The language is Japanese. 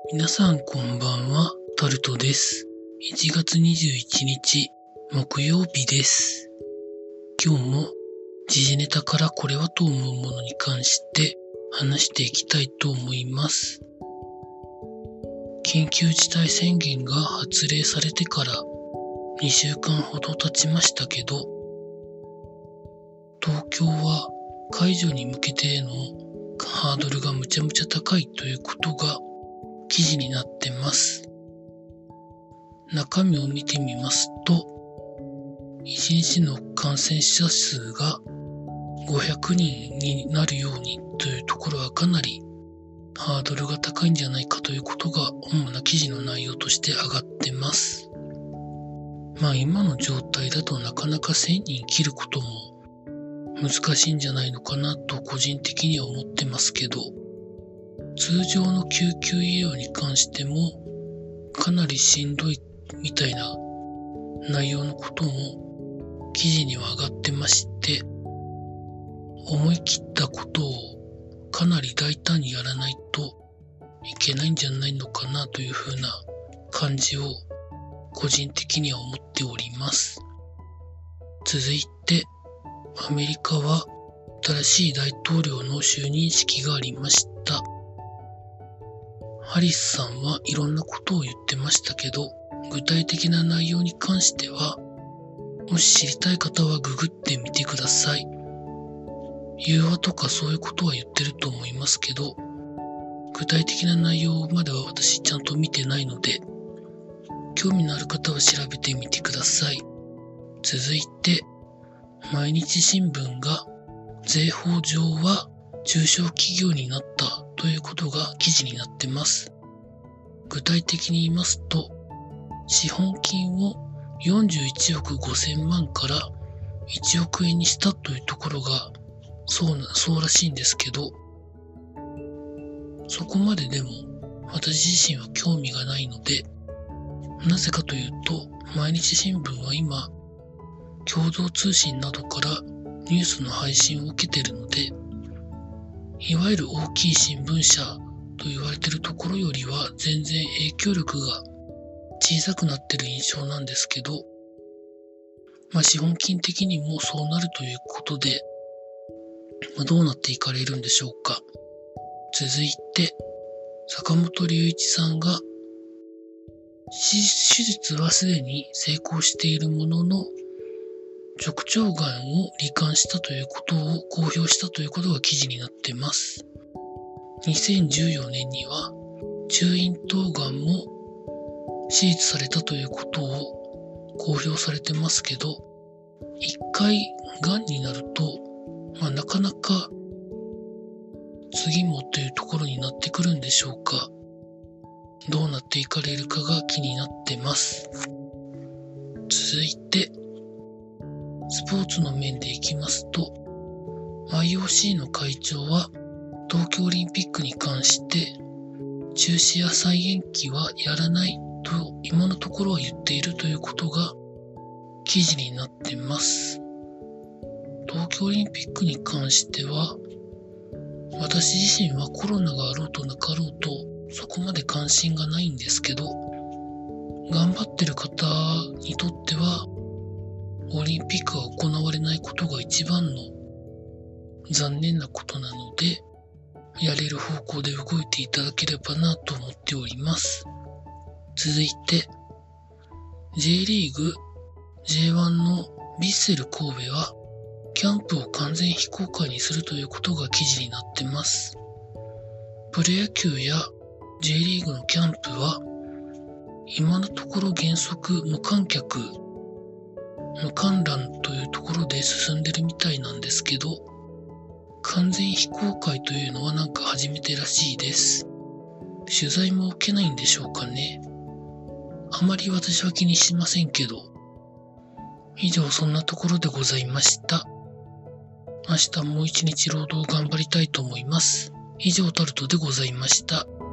皆さんこんばんは、タルトです。1月21日、木曜日です。今日も時事ネタからこれはと思うものに関して話していきたいと思います。緊急事態宣言が発令されてから2週間ほど経ちましたけど、東京は解除に向けてのハードルがむちゃむちゃ高いということが記事になってます。中身を見てみますと、1日の感染者数が500人になるようにというところはかなりハードルが高いんじゃないかということが主な記事の内容として上がってます。今の状態だとなかなか1000人切ることも難しいんじゃないのかなと個人的には思ってますけど、通常の救急医療に関してもかなりしんどいみたいな内容のことも記事には上がってまして、思い切ったことをかなり大胆にやらないといけないんじゃないのかなというふうな感じを個人的には思っております。続いて、アメリカは新しい大統領の就任式がありました。ハリスさんはいろんなことを言ってましたけど、具体的な内容に関しては、もし知りたい方はググってみてください。融和とかそういうことは言ってると思いますけど、具体的な内容までは私ちゃんと見てないので、興味のある方は調べてみてください。続いて、毎日新聞が税法上は中小企業になったということが記事になってます。具体的に言いますと、資本金を41億5000万から1億円にしたというところがそうらしいんですけど、そこまででも私自身は興味がないので、なぜかというと、毎日新聞は今、共同通信などからニュースの配信を受けているので、いわゆる大きい新聞社と言われているところよりは全然影響力が小さくなっている印象なんですけど、資本金的にもそうなるということで、どうなっていかれるんでしょうか。続いて、坂本龍一さんが手術はすでに成功しているものの、直腸がんを罹患したということを公表したということが記事になっています。2014年には中咽頭がんも手術されたということを公表されてますけど、一回がんになると、なかなか次もというところになってくるんでしょうか。どうなっていかれるかが気になってます。続いて、スポーツの面でいきますと、IOC の会長は東京オリンピックに関して中止や再延期はやらないと今のところは言っているということが記事になっています。東京オリンピックに関しては、私自身はコロナがあろうとなかろうとそこまで関心がないんですけど、頑張ってる方にとってはオリンピックが行われないことが一番の残念なことなので、やれる方向で動いていただければなと思っております。続いて、J リーグ J1 のヴィッセル神戸はキャンプを完全非公開にするということが記事になってます。プロ野球や J リーグのキャンプは今のところ原則無観客無観覧というところで進んでるみたいなんですけど、完全非公開というのはなんか初めてらしいです。取材も受けないんでしょうかね。あまり私は気にしませんけど。以上、そんなところでございました。明日もう一日労働頑張りたいと思います。以上、タルトでございました。